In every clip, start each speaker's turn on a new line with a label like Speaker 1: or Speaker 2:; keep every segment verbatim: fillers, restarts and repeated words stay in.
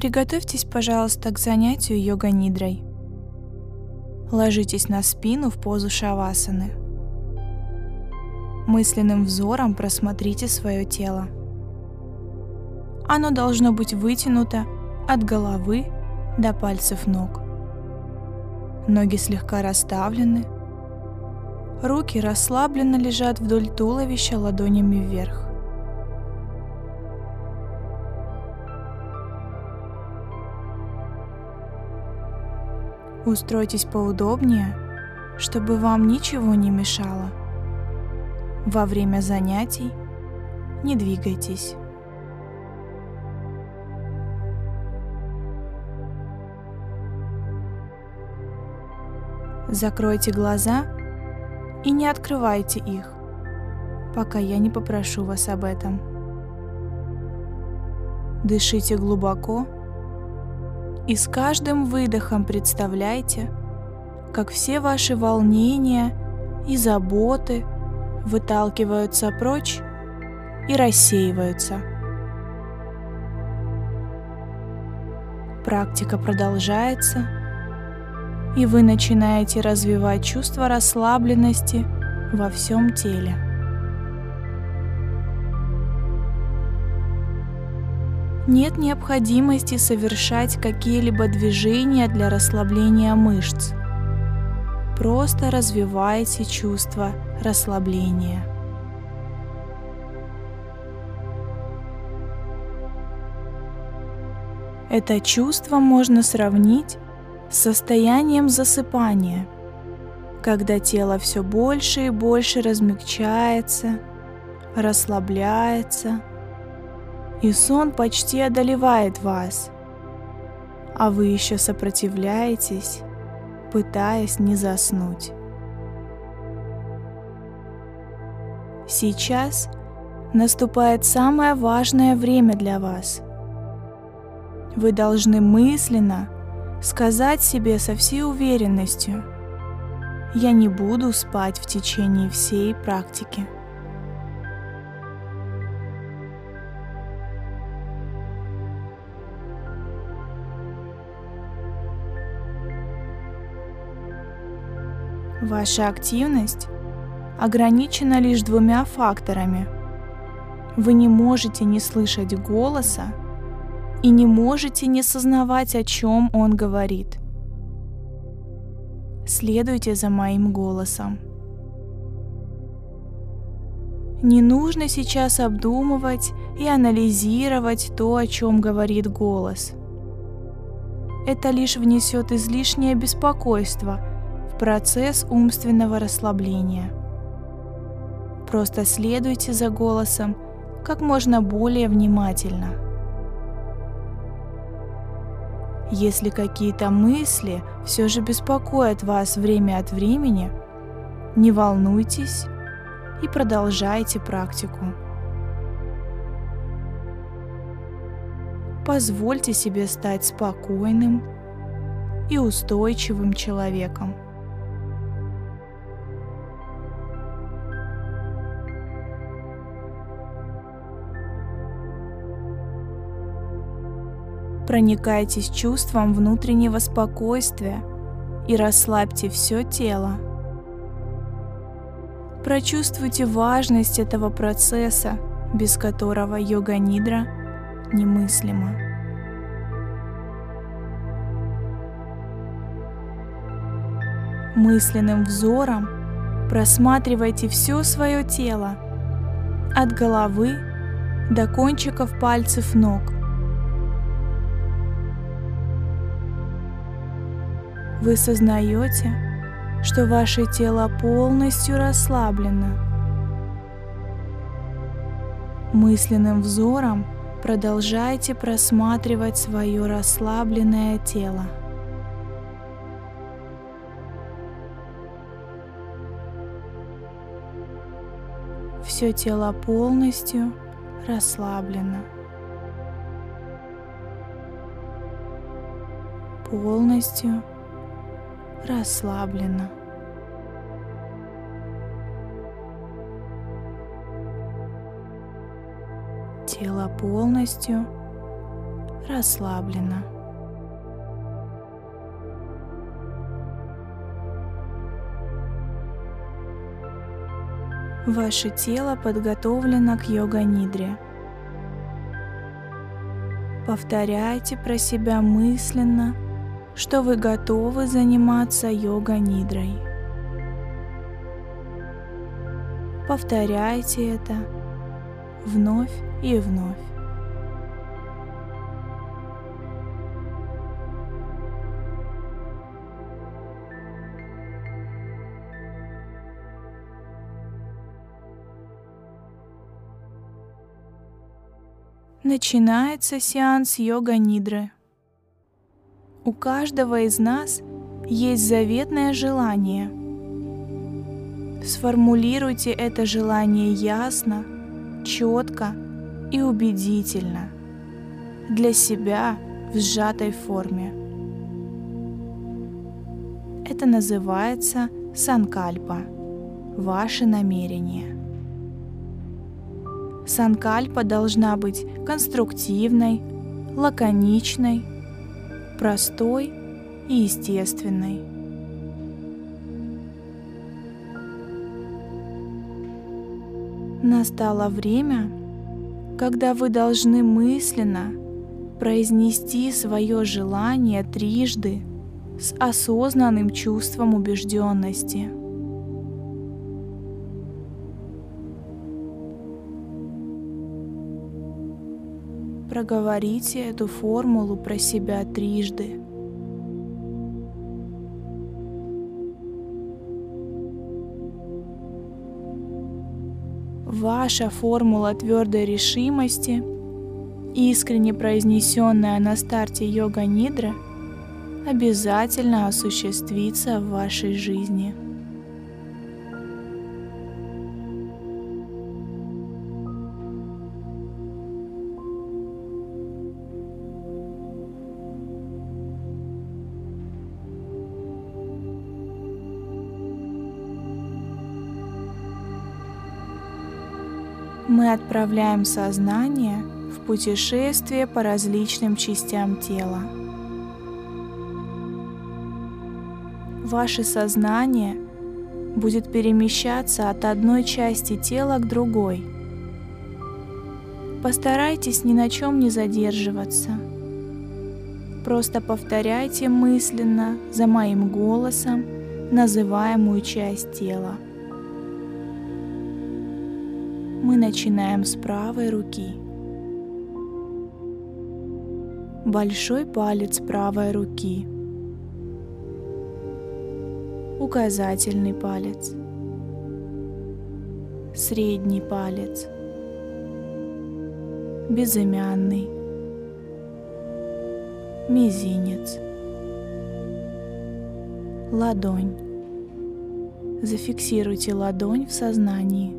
Speaker 1: Приготовьтесь, пожалуйста, к занятию йога-нидрой. Ложитесь на спину в позу шавасаны. Мысленным взором просмотрите свое тело. Оно должно быть вытянуто от головы до пальцев ног. Ноги слегка расставлены. Руки расслабленно лежат вдоль туловища ладонями вверх. Устройтесь поудобнее, чтобы вам ничего не мешало. Во время занятий не двигайтесь. Закройте глаза и не открывайте их, пока я не попрошу вас об этом. Дышите глубоко и с каждым выдохом представляйте, как все ваши волнения и заботы выталкиваются прочь и рассеиваются. Практика продолжается, и вы начинаете развивать чувство расслабленности во всем теле. Нет необходимости совершать какие-либо движения для расслабления мышц. Просто развивайте чувство расслабления. Это чувство можно сравнить с состоянием засыпания, когда тело все больше и больше размягчается, расслабляется, и сон почти одолевает вас, а вы еще сопротивляетесь, пытаясь не заснуть. Сейчас наступает самое важное время для вас. Вы должны мысленно сказать себе со всей уверенностью: «Я не буду спать в течение всей практики». Ваша активность ограничена лишь двумя факторами. Вы не можете не слышать голоса и не можете не сознавать, о чем он говорит. Следуйте за моим голосом. Не нужно сейчас обдумывать и анализировать то, о чем говорит голос. Это лишь внесет излишнее беспокойство в процесс умственного расслабления. Просто следуйте за голосом как можно более внимательно. Если какие-то мысли все же беспокоят вас время от времени, не волнуйтесь и продолжайте практику. Позвольте себе стать спокойным и устойчивым человеком. Проникайтесь чувством внутреннего спокойствия и расслабьте все тело. Прочувствуйте важность этого процесса, без которого йога-нидра немыслима. Мысленным взором просматривайте все свое тело, от головы до кончиков пальцев ног. Вы сознаете, что ваше тело полностью расслаблено. Мысленным взором продолжайте просматривать свое расслабленное тело. Все тело полностью расслаблено. Полностью расслаблено. Тело полностью расслаблено. Ваше тело подготовлено к йога-нидре. Повторяйте про себя мысленно, что вы готовы заниматься йога-нидрой. Повторяйте это вновь и вновь. Начинается сеанс йога-нидры. У каждого из нас есть заветное желание. Сформулируйте это желание ясно, четко и убедительно для себя в сжатой форме. Это называется санкальпа – ваше намерение. Санкальпа должна быть конструктивной, лаконичной, простой и естественной. Настало время, когда вы должны мысленно произнести свое желание трижды с осознанным чувством убежденности. Проговорите эту формулу про себя трижды. Ваша формула твердой решимости, искренне произнесенная на старте йога-нидры, обязательно осуществится в вашей жизни. Мы отправляем сознание в путешествие по различным частям тела. Ваше сознание будет перемещаться от одной части тела к другой. Постарайтесь ни на чем не задерживаться. Просто повторяйте мысленно за моим голосом называемую часть тела. Мы начинаем с правой руки. Большой палец правой руки. Указательный палец. Средний палец. Безымянный. Мизинец. Ладонь. Зафиксируйте ладонь в сознании.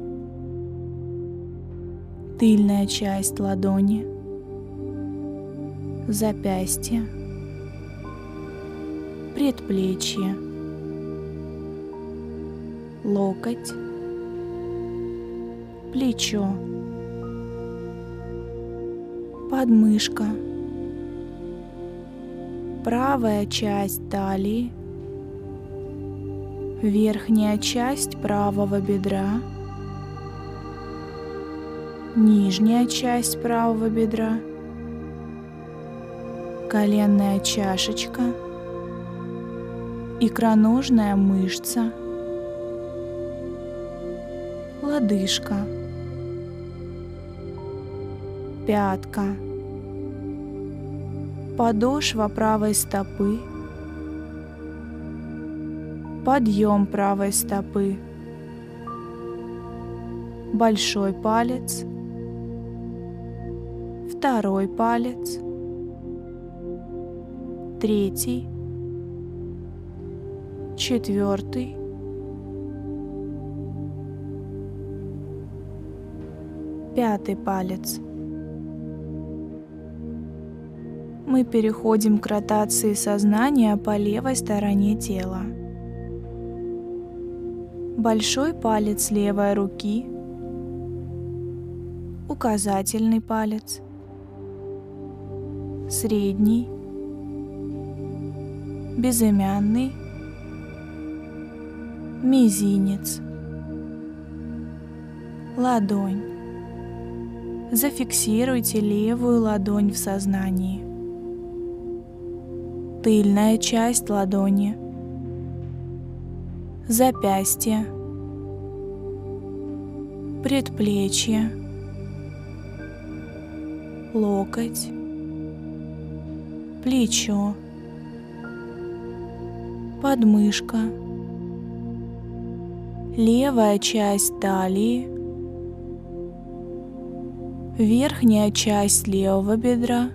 Speaker 1: Тыльная часть ладони, запястье, предплечье, локоть, плечо, подмышка, правая часть талии, верхняя часть правого бедра, нижняя часть правого бедра, коленная чашечка, икроножная мышца, лодыжка, пятка, подошва правой стопы, подъем правой стопы, большой палец, второй палец, третий, четвертый, пятый палец. Мы переходим к ротации сознания по левой стороне тела. Большой палец левой руки, указательный палец, средний, безымянный, мизинец, ладонь. Зафиксируйте левую ладонь в сознании. Тыльная часть ладони, запястье, предплечье, локоть, плечо, подмышка, левая часть талии, верхняя часть левого бедра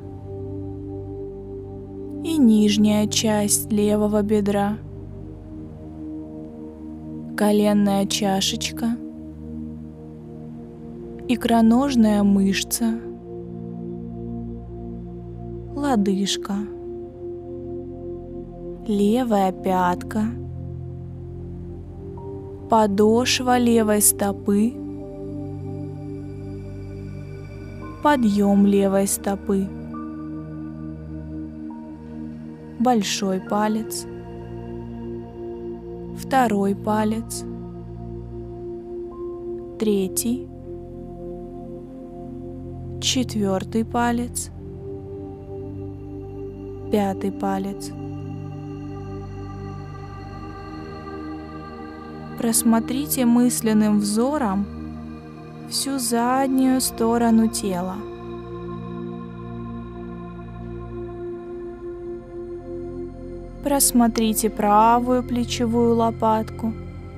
Speaker 1: и нижняя часть левого бедра, коленная чашечка, икроножная мышца, лодыжка, левая пятка, подошва левой стопы, подъем левой стопы, большой палец, второй палец, третий, четвертый палец, пятый палец. Просмотрите мысленным взором всю заднюю сторону тела. Просмотрите правую плечевую лопатку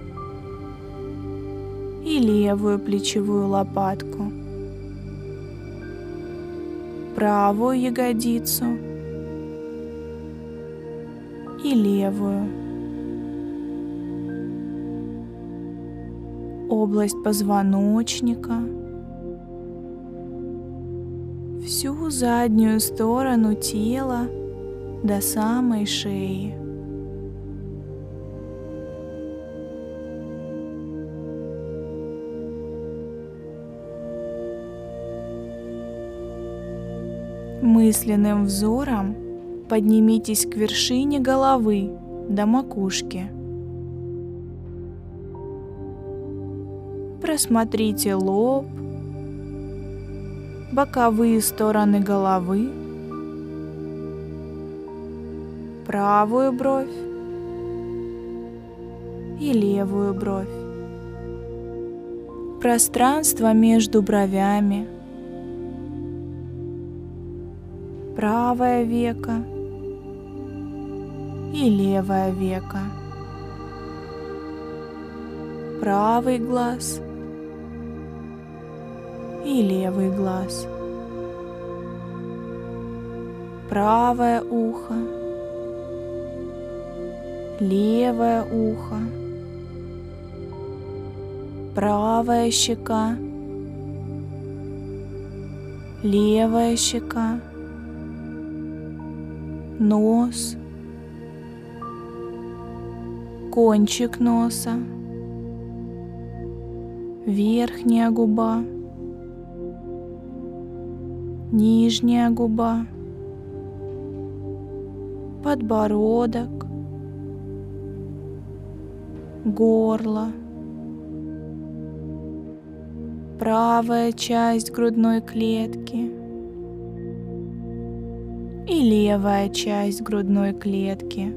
Speaker 1: и левую плечевую лопатку, правую ягодицу и левую, область позвоночника, всю заднюю сторону тела до самой шеи. Мысленным взором поднимитесь к вершине головы до макушки. Просмотрите лоб, боковые стороны головы, правую бровь и левую бровь, пространство между бровями, правое веко и левое веко, правый глаз и левый глаз, правое ухо, левое ухо, правая щека, левая щека, нос, кончик носа, верхняя губа, нижняя губа, подбородок, горло, правая часть грудной клетки и левая часть грудной клетки,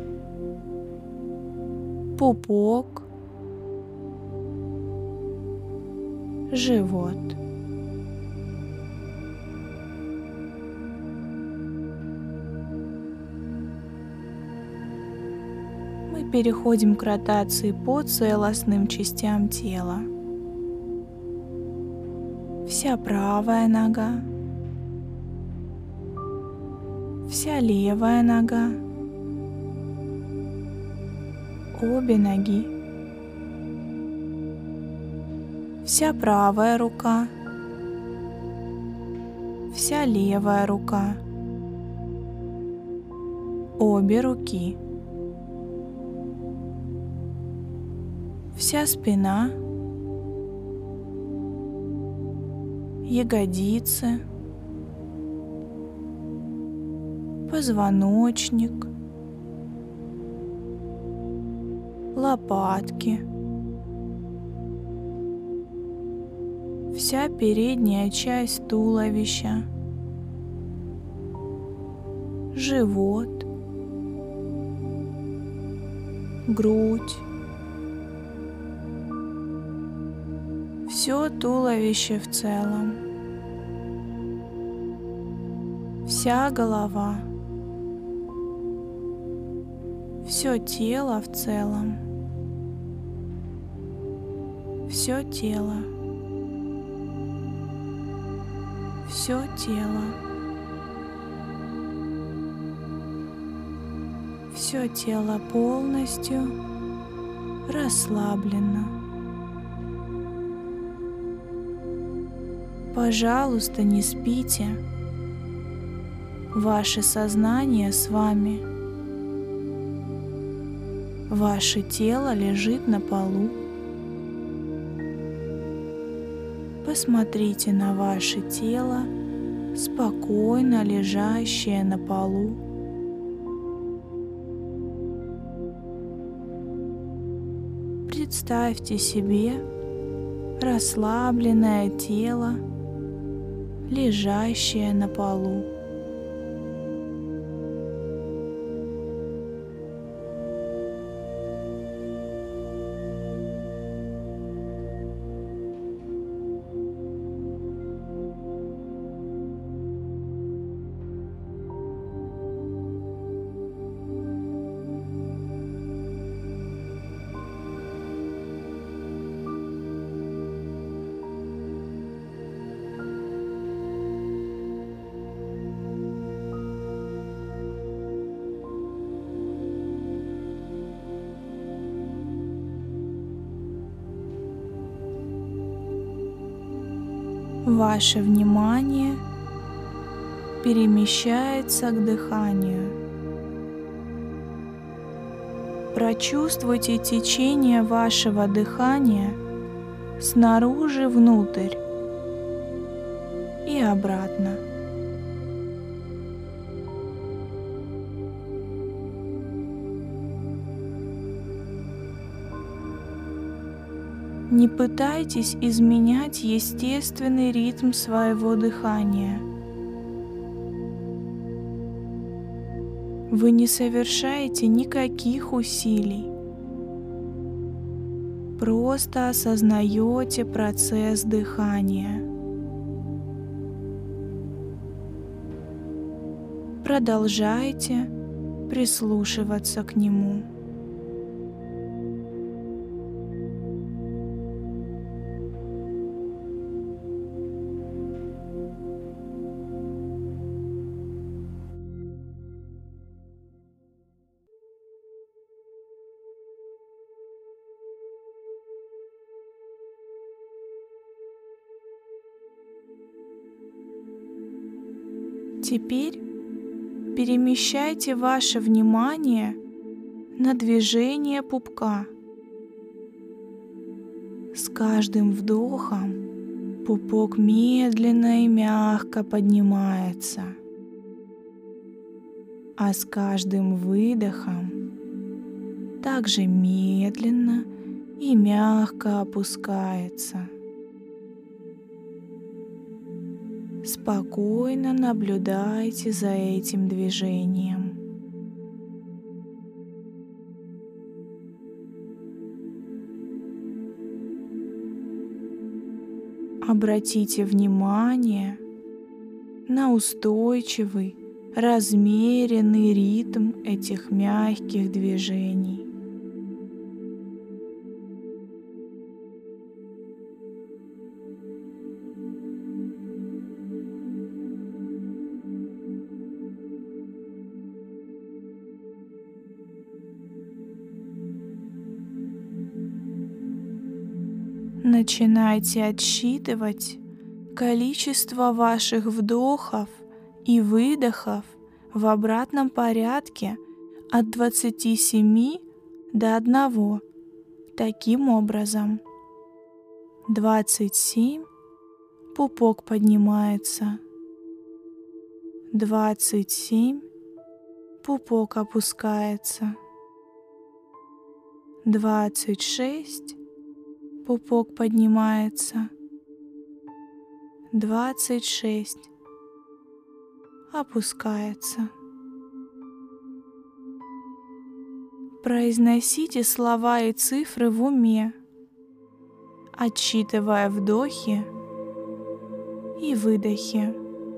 Speaker 1: пупок, живот. Мы переходим к ротации по целостным частям тела. Вся правая нога, вся левая нога, обе ноги, вся правая рука, вся левая рука, обе руки, вся спина, ягодицы, позвоночник, лопатки, вся передняя часть туловища, живот, грудь, все туловище в целом, вся голова, все тело в целом, все тело, все тело, все тело полностью расслаблено. Пожалуйста, не спите. Ваше сознание с вами. Ваше тело лежит на полу. Посмотрите на ваше тело, спокойно лежащее на полу. Представьте себе расслабленное тело, лежащее на полу. Ваше внимание перемещается к дыханию. Прочувствуйте течение вашего дыхания снаружи внутрь и обратно. Не пытайтесь изменять естественный ритм своего дыхания. Вы не совершаете никаких усилий. Просто осознаете процесс дыхания. Продолжайте прислушиваться к нему. Теперь перемещайте ваше внимание на движение пупка. С каждым вдохом пупок медленно и мягко поднимается, а с каждым выдохом также медленно и мягко опускается. Спокойно наблюдайте за этим движением. Обратите внимание на устойчивый, размеренный ритм этих мягких движений. Начинайте отсчитывать количество ваших вдохов и выдохов в обратном порядке от двадцати семи до одного. Таким образом, двадцать семь пупок поднимается, двадцать семь Пупок опускается. Двадцать шесть. Пупок поднимается. Двадцать шесть. Опускается. Произносите слова и цифры в уме, отсчитывая вдохи и выдохи.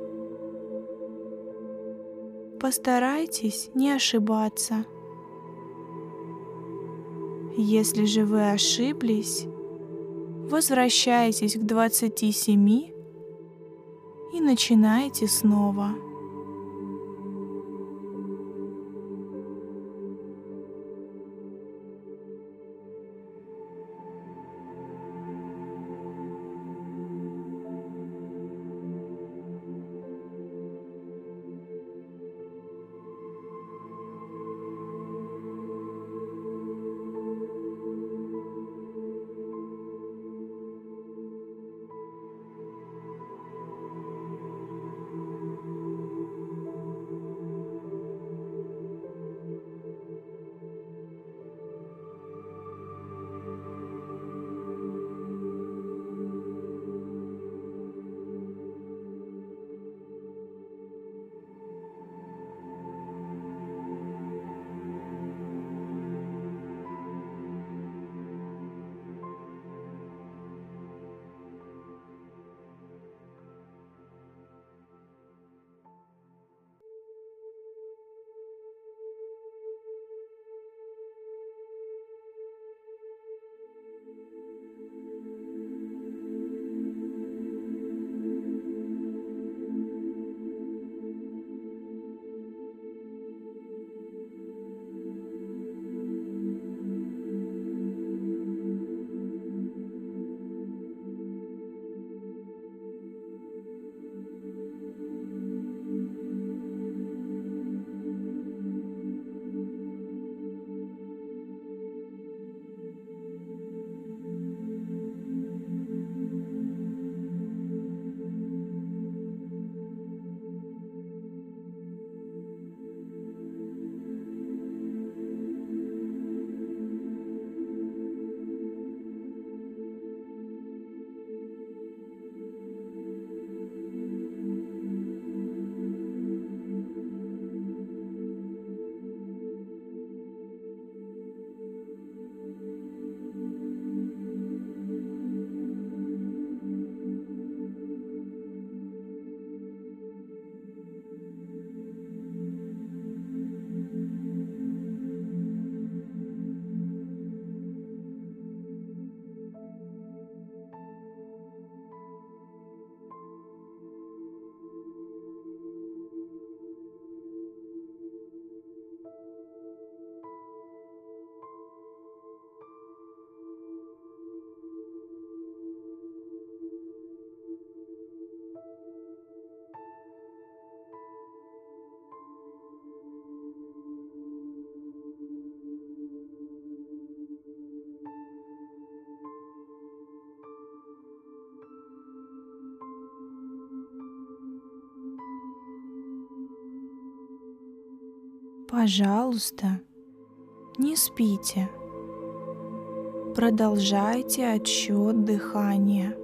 Speaker 1: Постарайтесь не ошибаться. Если же вы ошиблись, возвращайтесь к двадцати семи и начинайте снова. Пожалуйста, не спите. Продолжайте отсчет дыхания.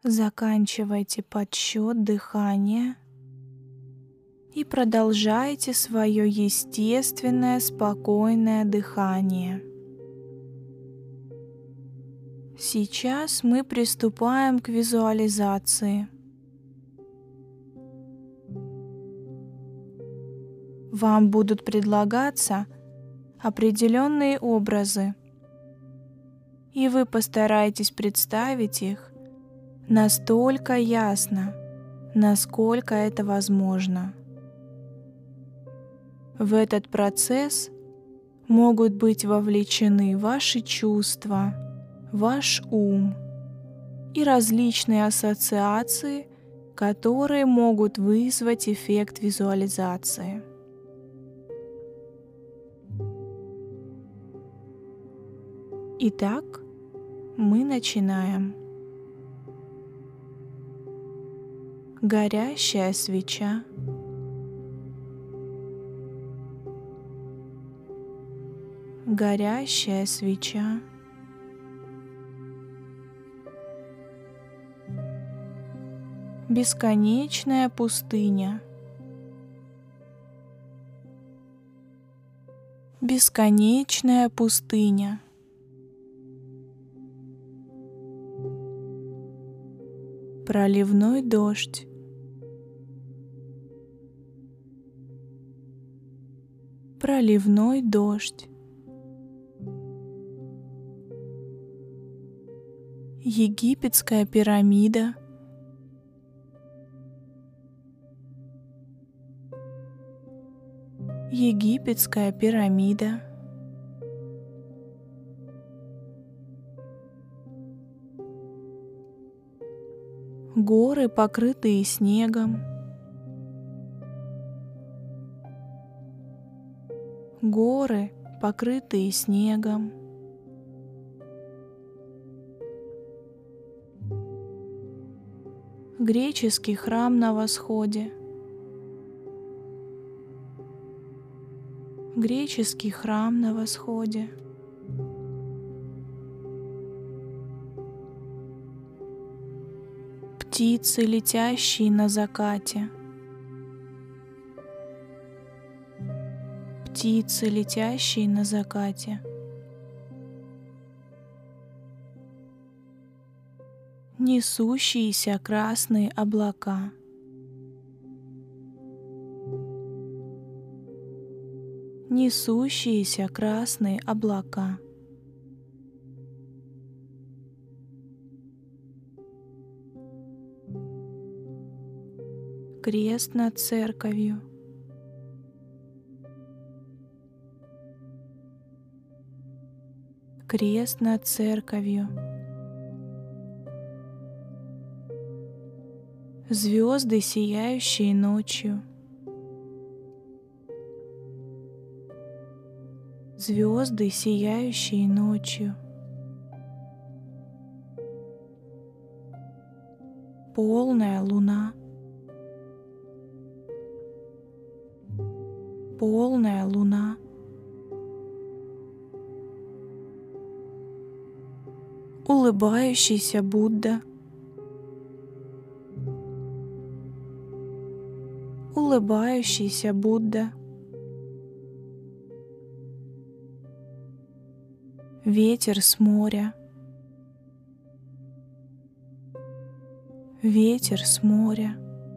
Speaker 1: Заканчивайте подсчет дыхания и продолжайте свое естественное, спокойное дыхание. Сейчас мы приступаем к визуализации. Вам будут предлагаться определенные образы, и вы постарайтесь представить их настолько ясно, насколько это возможно. В этот процесс могут быть вовлечены ваши чувства, ваш ум и различные ассоциации, которые могут вызвать эффект визуализации. Итак, мы начинаем. Горящая свеча. Горящая свеча. Бесконечная пустыня. Бесконечная пустыня. Проливной дождь. Проливной дождь. Египетская пирамида. Египетская пирамида. Горы, покрытые снегом. Горы, покрытые снегом. Греческий храм на восходе. Греческий храм на восходе. Птицы, летящие на закате. Птицы, летящие на закате. Несущиеся красные облака. Несущиеся красные облака. Крест над церковью. Крест над церковью. Звезды, сияющие ночью. Звезды, сияющие ночью. Полная луна. Полная луна. Улыбающийся Будда. Улыбающийся Будда. Ветер с моря. Ветер с моря.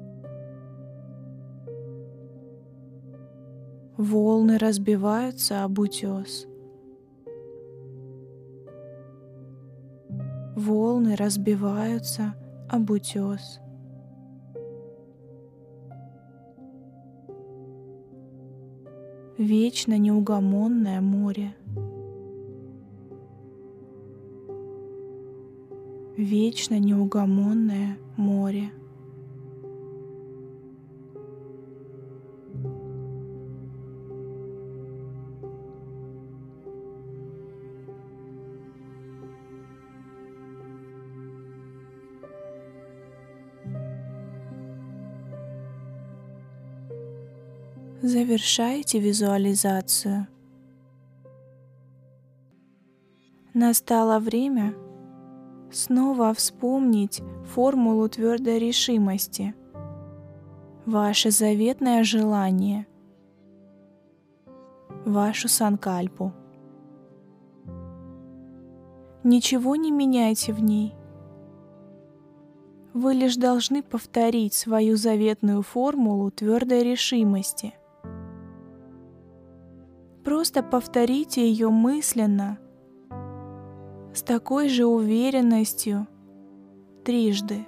Speaker 1: Волны разбиваются об утес. Волны разбиваются об утес. Вечно неугомонное море. Вечно неугомонное море. Завершайте визуализацию. Настало время снова вспомнить формулу твердой решимости, ваше заветное желание, вашу санкальпу. Ничего не меняйте в ней. Вы лишь должны повторить свою заветную формулу твердой решимости. Просто повторите ее мысленно, с такой же уверенностью трижды.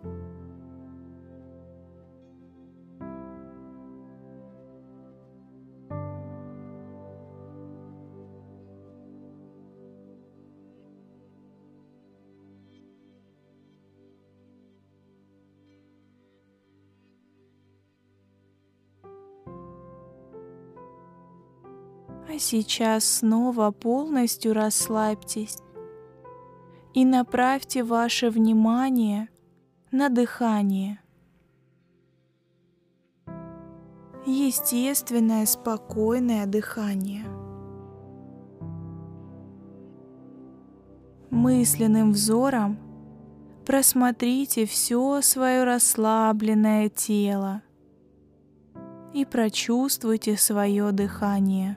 Speaker 1: А сейчас снова полностью расслабьтесь и направьте ваше внимание на дыхание. Естественное, спокойное дыхание. Мысленным взором просмотрите все свое расслабленное тело и прочувствуйте свое дыхание.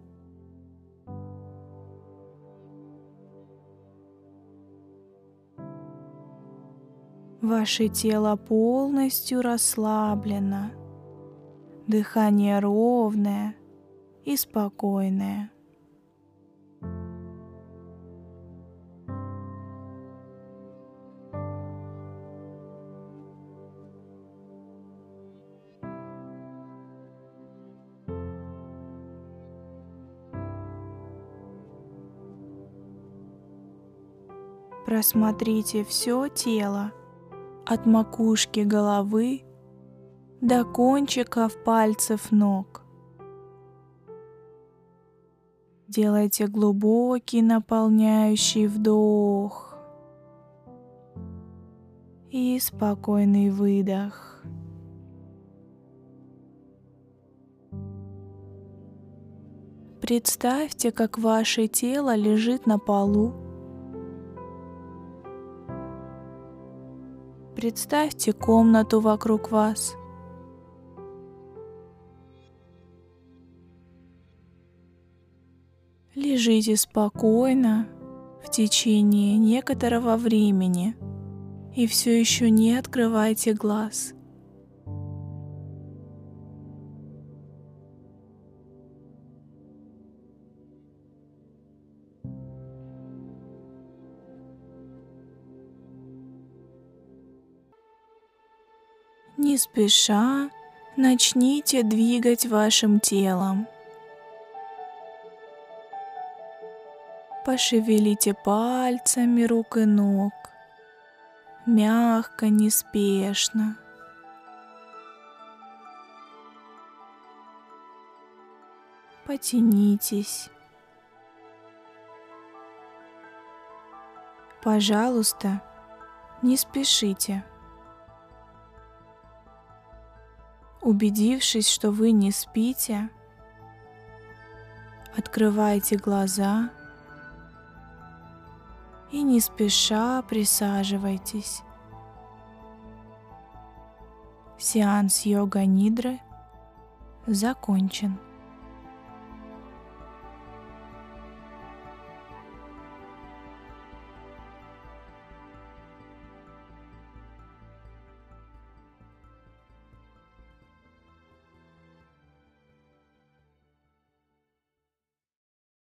Speaker 1: Ваше тело полностью расслаблено, дыхание ровное и спокойное. Просмотрите все тело от макушки головы до кончиков пальцев ног. Делайте глубокий наполняющий вдох и спокойный выдох. Представьте, как ваше тело лежит на полу. Представьте комнату вокруг вас. Лежите спокойно в течение некоторого времени и все еще не открывайте глаз. Не спеша начните двигать вашим телом. Пошевелите пальцами рук и ног, мягко, неспешно. Потянитесь. Пожалуйста, не спешите. Убедившись, что вы не спите, открывайте глаза и не спеша присаживайтесь. Сеанс йога-нидры закончен.